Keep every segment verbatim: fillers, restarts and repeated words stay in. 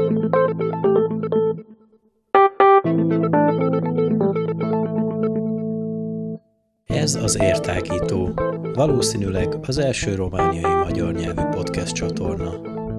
Ez az Értágító, valószínűleg az első romániai magyar nyelvű podcast csatorna.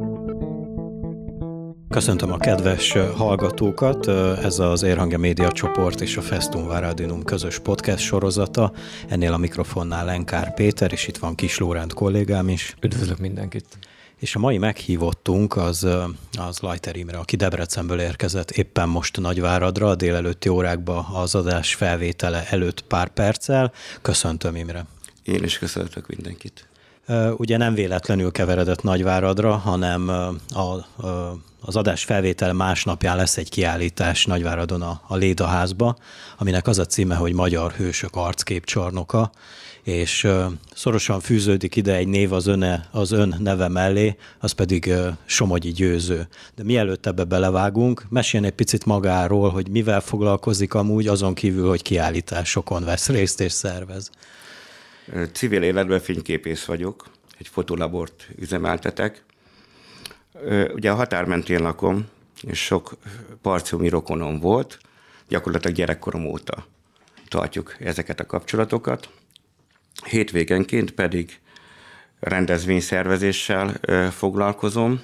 Köszöntöm a kedves hallgatókat, ez az Érhange Média csoport és a Festum Varadinum közös podcast sorozata. Ennél a mikrofonnál Lenkár Péter, és itt van Kis Lóránt kollégám is. Üdvözlök mindenkit! És a mai meghívottunk az, az Lajter Imre, aki Debrecenből érkezett éppen most Nagyváradra, a délelőtti órákban az adás felvétele előtt pár perccel. Köszöntöm, Imre! Én is köszöntök mindenkit! Ugye nem véletlenül keveredett Nagyváradra, hanem a, a, az adás felvétel másnapján lesz egy kiállítás Nagyváradon a, a Léda házba, aminek az a címe, hogy Magyar Hősök Arcképcsarnoka, és szorosan fűződik ide egy név az, öne, az ön neve mellé, az pedig Somogyi Győző. De mielőtt ebbe belevágunk, meséljen egy picit magáról, hogy mivel foglalkozik amúgy, azon kívül, hogy kiállításokon vesz részt és szervez. Civil életben fényképész vagyok, egy fotolabort üzemeltetek. Ugye a határ mentén lakom, és sok parciumi rokonom volt, gyakorlatilag gyerekkorom óta tartjuk ezeket a kapcsolatokat. Hétvégenként pedig rendezvényszervezéssel foglalkozom.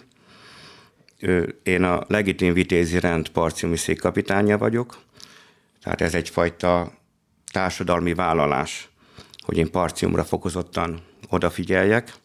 Én a Legitim Vitézi Rend parciumi székkapitánya vagyok, tehát ez egyfajta társadalmi vállalás, hogy én parciumra fokozottan odafigyeljek,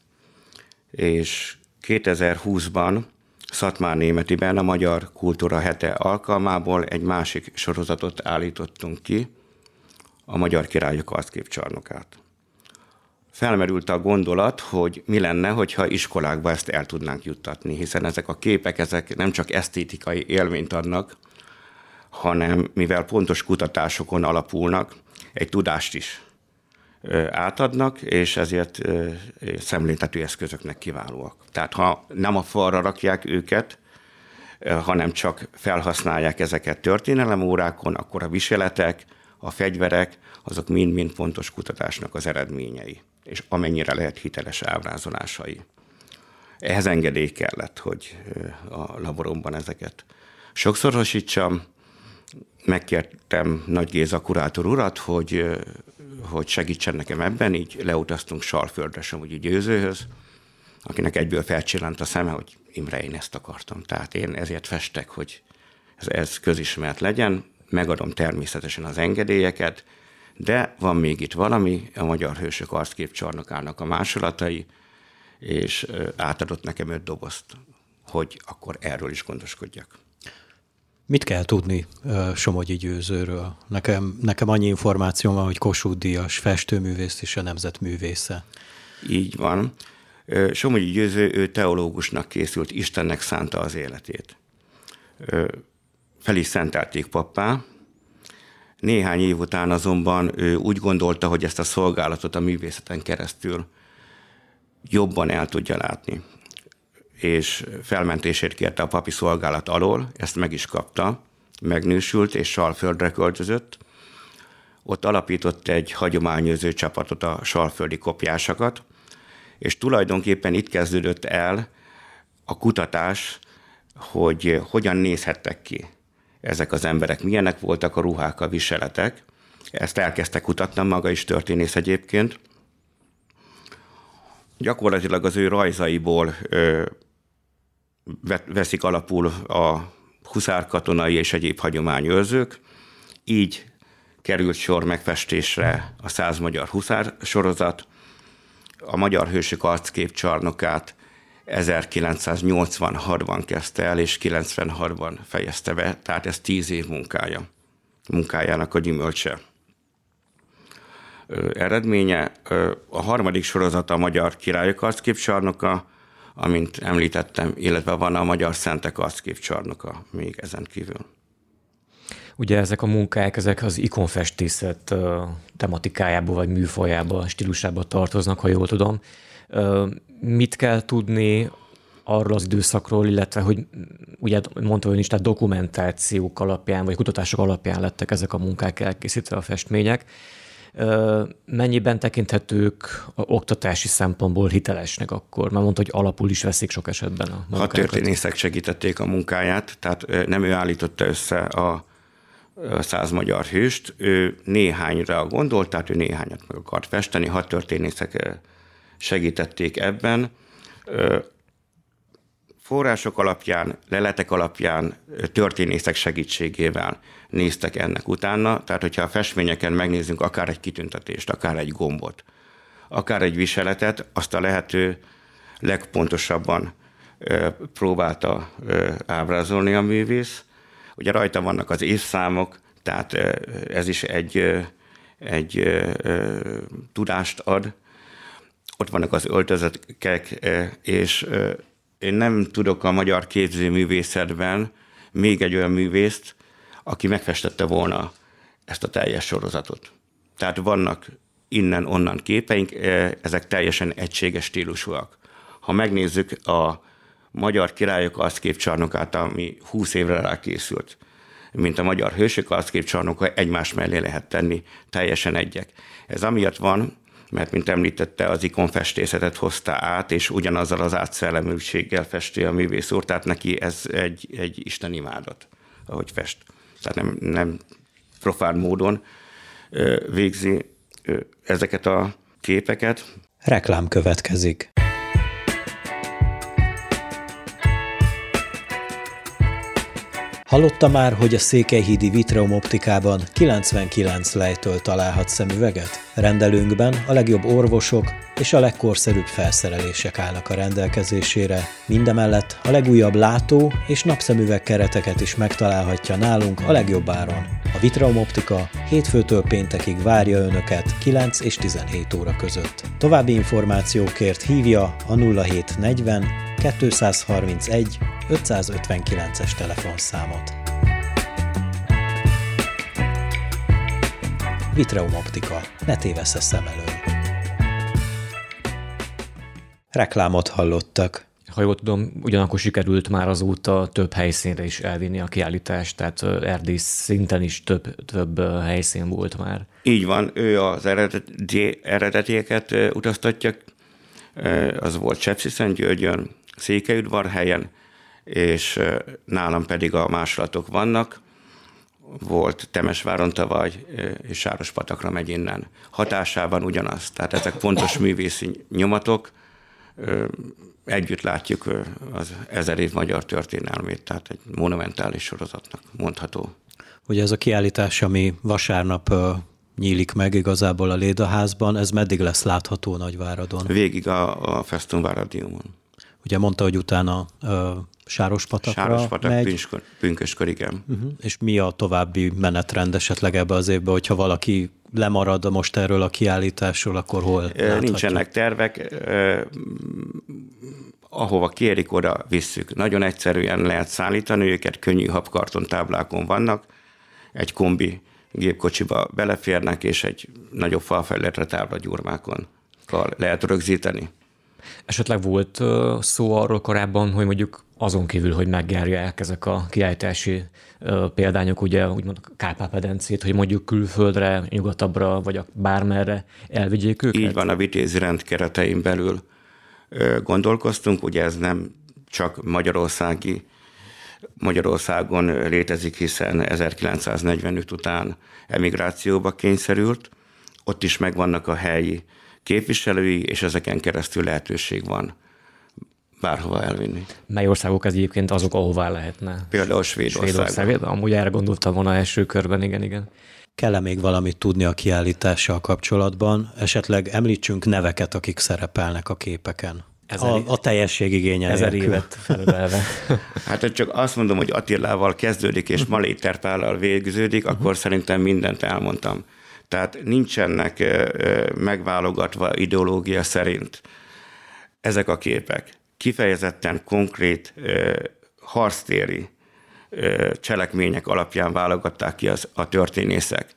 és kétezer-húszban Szatmárnémetiben a Magyar Kultúra Hete alkalmából egy másik sorozatot állítottunk ki, a Magyar Királyok Arcképcsarnokát. Felmerült a gondolat, hogy mi lenne, hogyha iskolákba ezt el tudnánk juttatni, hiszen ezek a képek ezek nem csak esztétikai élményt adnak, hanem mivel pontos kutatásokon alapulnak, egy tudást is átadnak, és ezért szemléltető eszközöknek kiválóak. Tehát ha nem a falra rakják őket, hanem csak felhasználják ezeket történelemórákon, akkor a viseletek, a fegyverek, azok mind-mind pontos kutatásnak az eredményei, és amennyire lehet hiteles ábrázolásai. Ehhez engedély kellett, hogy a laboromban ezeket sokszorosítsam. Megkértem Nagy Géza kurátor urat, hogy, hogy segítsen nekem ebben, így leutaztunk Salföldre Somogyi Győzőhöz, akinek egyből felcsillant a szeme, hogy Imre, én ezt akartam. Tehát én ezért festek, hogy ez, ez közismert legyen, megadom természetesen az engedélyeket, de van még itt valami, a Magyar Hősök Arcképcsarnokának a másolatai, és átadott nekem öt dobozt, hogy akkor erről is gondoskodjak. Mit kell tudni uh, Somogyi Győzőről? Nekem, nekem annyi információm van, hogy Kossuth-díjas festőművész és a nemzetművésze. Így van. Somogyi Győző, ő teológusnak készült, Istennek szánta az életét. Fel is szentelték pappá. Néhány év után azonban ő úgy gondolta, hogy ezt a szolgálatot a művészeten keresztül jobban el tudja látni, és felmentését kérte a papi szolgálat alól, ezt meg is kapta, megnősült és Salföldre költözött. Ott alapított egy hagyományőrző csapatot, a salföldi kopjásokat, és tulajdonképpen itt kezdődött el a kutatás, hogy hogyan nézhettek ki ezek az emberek, milyenek voltak a ruhák, a viseletek. Ezt elkezdte kutatnom, maga is történész egyébként. Gyakorlatilag az ő rajzaiból ö, veszik alapul a huszárkatonai és egyéb hagyományőrzők. Így került sor megfestésre a Száz magyar huszár sorozat. A Magyar Hősök Arcképcsarnokát ezerkilencszáznyolcvanhatban kezdte el, és kilencvenhatban fejezte be, tehát ez tíz év munkája, munkájának a gyümölcse. Ö, eredménye, ö, a harmadik sorozat a Magyar Királyok Arcképcsarnoka, amint említettem, illetve van a Magyar Szentek Arcképcsarnoka még ezen kívül. Ugye ezek a munkák, ezek az ikonfestészet tematikájába vagy műfajába, stílusába tartoznak, ha jól tudom. Mit kell tudni arról az időszakról, illetve hogy ugye mondta ön is, tehát dokumentációk alapján, vagy kutatások alapján lettek ezek a munkák elkészítve, a festmények. Mennyiben tekinthetők a oktatási szempontból hitelesnek akkor? Már mondta, hogy alapul is veszik sok esetben a munkákat. A történészek segítették a munkáját, tehát nem ő állította össze a száz magyar hőst, ő néhányra gondolt, tehát ő néhányat meg akart festeni, hat történészek segítették ebben. Források alapján, leletek alapján, történészek segítségével néztek ennek utána, tehát hogyha a festményeken megnézzünk akár egy kitüntetést, akár egy gombot, akár egy viseletet, azt a lehető legpontosabban próbálta ábrázolni a művész. Ugye rajta vannak az évszámok, tehát ez is egy, egy tudást ad. Ott vannak az öltözetek, és én nem tudok a magyar képzőművészetben még egy olyan művészt, aki megfestette volna ezt a teljes sorozatot. Tehát vannak innen-onnan képeink, ezek teljesen egységes stílusúak. Ha megnézzük a Magyar Királyok arcképcsarnokát, ami húsz évre rá készült, mint a Magyar Hősök arcképcsarnoka, egymás mellé lehet tenni, teljesen egyek. Ez amiatt van, mert, mint említette, az ikonfestészetet hozta át, és ugyanazzal az átszelleműséggel festi a művész úr, tehát neki ez egy, egy istenimádat, ahogy fest. Tehát nem, nem profán módon végzi ezeket a képeket. Reklám következik. Hallotta már, hogy a Székelyhídi Vitreum Optikában kilencvenkilenc lejtől találhat szemüveget? Rendelőnkben a legjobb orvosok és a legkorszerűbb felszerelések állnak a rendelkezésére. Mindemellett a legújabb látó- és napszemüveg kereteket is megtalálhatja nálunk a legjobb áron. A Vitreum Optika hétfőtől péntekig várja Önöket kilenc és tizenhét óra között. További információkért hívja a nulla hét negyven kétszázharmincegy ötszázötvenkilences telefonszámot. Vitreum Optika. Ne tévessz szem elől. Reklámot hallottak. Ha jól tudom, ugyanakkor sikerült már azóta több helyszínre is elvinni a kiállítást, tehát Erdély szinten is több, több helyszín volt már. Így van, ő az eredeti, eredetieket utaztatja, az volt Sepsiszentgyörgyön, Székelyudvarhelyen, és nálam pedig a másolatok vannak. Volt Temesváron tavaly, és Sárospatakra megy innen. Hatásában ugyanaz, tehát ezek pontos művészi nyomatok, együtt látjuk az ezer év magyar történelmét, tehát egy monumentális sorozatnak mondható. Ugye ez a kiállítás, ami vasárnap nyílik meg igazából a Lédaházban, ez meddig lesz látható Nagyváradon? Végig a, a Festum Váradiumon. Ugye mondta, hogy utána ö, Sárospatakra Sárospatak, megy. Pünköskör, igen. Uh-huh. És mi a további menetrend esetleg ebbe az évben, hogyha valaki lemarad most erről a kiállításról, akkor hol láthatja? Nincsenek tervek, eh, ahova kérik, oda visszük. Nagyon egyszerűen lehet szállítani őket, könnyű habkarton táblákon vannak, egy kombi gépkocsiba beleférnek, és egy nagyobb falfelületre táblagyurmákon lehet rögzíteni. Esetleg volt uh, szó arról korábban, hogy mondjuk azon kívül, hogy megjárják ezek a kiállítási uh, példányok, ugye úgymond Kárpát-medencét, hogy mondjuk külföldre, nyugatabbra, vagy a bármerre elvigyék őket? Így van, a vitézi rend keretein belül uh, gondolkoztunk, ugye ez nem csak magyarországi, Magyarországon létezik, hiszen ezerkilencszáznegyvenöt után emigrációba kényszerült, ott is megvannak a helyi képviselői, és ezeken keresztül lehetőség van bárhova elvinni. Mely országok ez egyébként azok, ahová lehetne? Például Svédország. Svédország. Amúgy erre gondoltam volna első körben, igen, igen. Kell-e még valamit tudni a kiállítással kapcsolatban? Esetleg említsünk neveket, akik szerepelnek a képeken. Ezer, a, a teljesség igénye Ezer nélkül. évet felölelve. Hát csak azt mondom, hogy Attilával kezdődik, és Maléter Pállal végződik, uh-huh. akkor szerintem mindent elmondtam. Tehát nincsenek megválogatva ideológia szerint ezek a képek. Kifejezetten konkrét harctéri cselekmények alapján válogatták ki az, a történészek.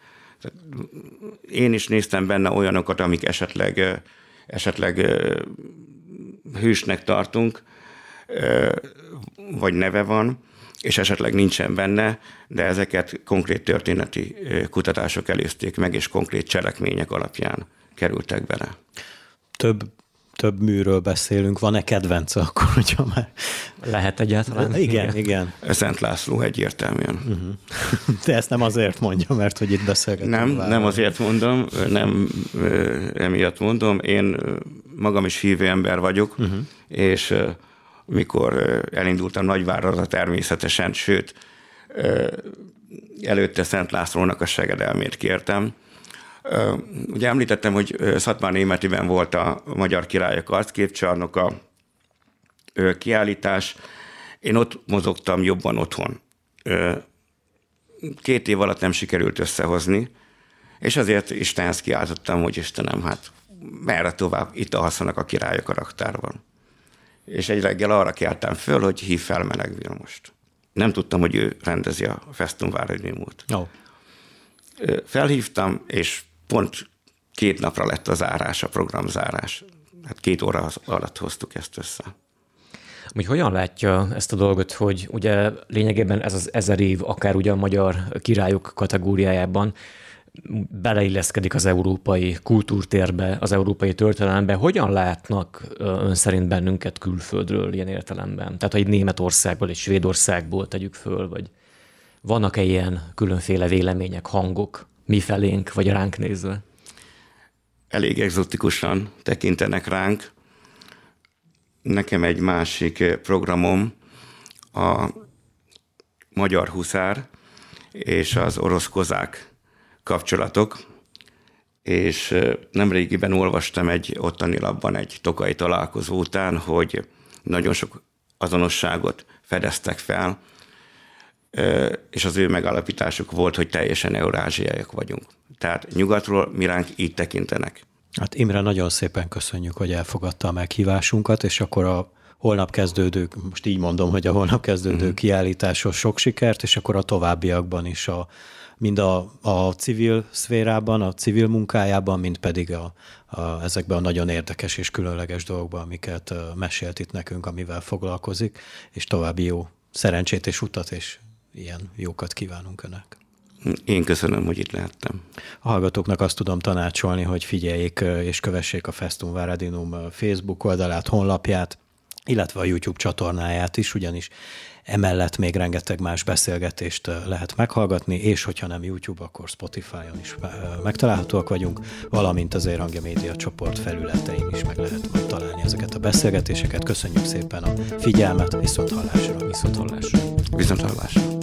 Én is néztem benne olyanokat, amik esetleg, esetleg hősnek tartunk, vagy neve van, és esetleg nincsen benne, de ezeket konkrét történeti kutatások előzték meg, és konkrét cselekmények alapján kerültek bele. Több, több műről beszélünk. Van-e kedvence akkor, hogyha már... Lehet egyáltalán? Igen, igen. igen. Szent László egyértelműen. Uh-huh. De ezt nem azért mondja, mert hogy itt beszélgetünk. Nem, várva. nem azért mondom, nem emiatt mondom. Én magam is hívő ember vagyok, uh-huh. és mikor elindultam Nagyváradra természetesen, sőt, előtte Szent Lászlónak a segedelmét kértem. Ugye említettem, hogy Szatmár-Németiben volt a Magyar Királyok arcképcsarnoka kiállítás. Én ott mozogtam jobban otthon. Két év alatt nem sikerült összehozni, és azért Istenhez kiáltottam, hogy Istenem, hát merre tovább, itt alszanak a királyok a raktárban. És egy reggel arra keltem föl, hogy hív fel Meleg Vilmost. Nem tudtam, hogy ő rendezi a Festum Váradinummot. Oh. Felhívtam, és pont két napra lett a zárás, a programzárás. Hát két óra alatt hoztuk ezt össze. Hogy hogyan látja ezt a dolgot, hogy ugye lényegében ez az ezer év, akár ugye a magyar királyok kategóriájában beleilleszkedik az európai kultúrtérbe, az európai történelembe. Hogyan látnak ön szerint bennünket külföldről ilyen értelemben? Tehát, hogy Németországból, egy Svédországból tegyük föl, vagy vannak-e ilyen különféle vélemények, hangok mi felénk, vagy ránk nézve? Elég egzotikusan tekintenek ránk. Nekem egy másik programom a magyar huszár és az orosz kozák kapcsolatok, és nemrégiben olvastam egy ottani labban egy tokai találkozó után, hogy nagyon sok azonosságot fedeztek fel, és az ő megállapításuk volt, hogy teljesen eurázsiaiak vagyunk. Tehát nyugatról mi ránk így tekintenek. Hát Imre, nagyon szépen köszönjük, hogy elfogadta a meghívásunkat, és akkor a holnap kezdődő, most így mondom, hogy a holnap kezdődő uh-huh. kiállításhoz sok sikert, és akkor a továbbiakban is a mind a, a civil szférában, a civil munkájában, mind pedig a, a, ezekben a nagyon érdekes és különleges dolgokban, amiket mesélt itt nekünk, amivel foglalkozik, és további jó szerencsét és utat, és ilyen jókat kívánunk önnek. Én köszönöm, hogy itt lehettem. A hallgatóknak azt tudom tanácsolni, hogy figyeljék és kövessék a Festum Váradinum Facebook oldalát, honlapját, illetve a YouTube csatornáját is, ugyanis emellett még rengeteg más beszélgetést lehet meghallgatni, és hogyha nem YouTube, akkor Spotify-on is megtalálhatóak vagyunk, valamint az Érhangja Média csoport felületein is meg lehet majd találni ezeket a beszélgetéseket. Köszönjük szépen a figyelmet, viszont hallásra. Viszont hallásra. Viszont hallásra.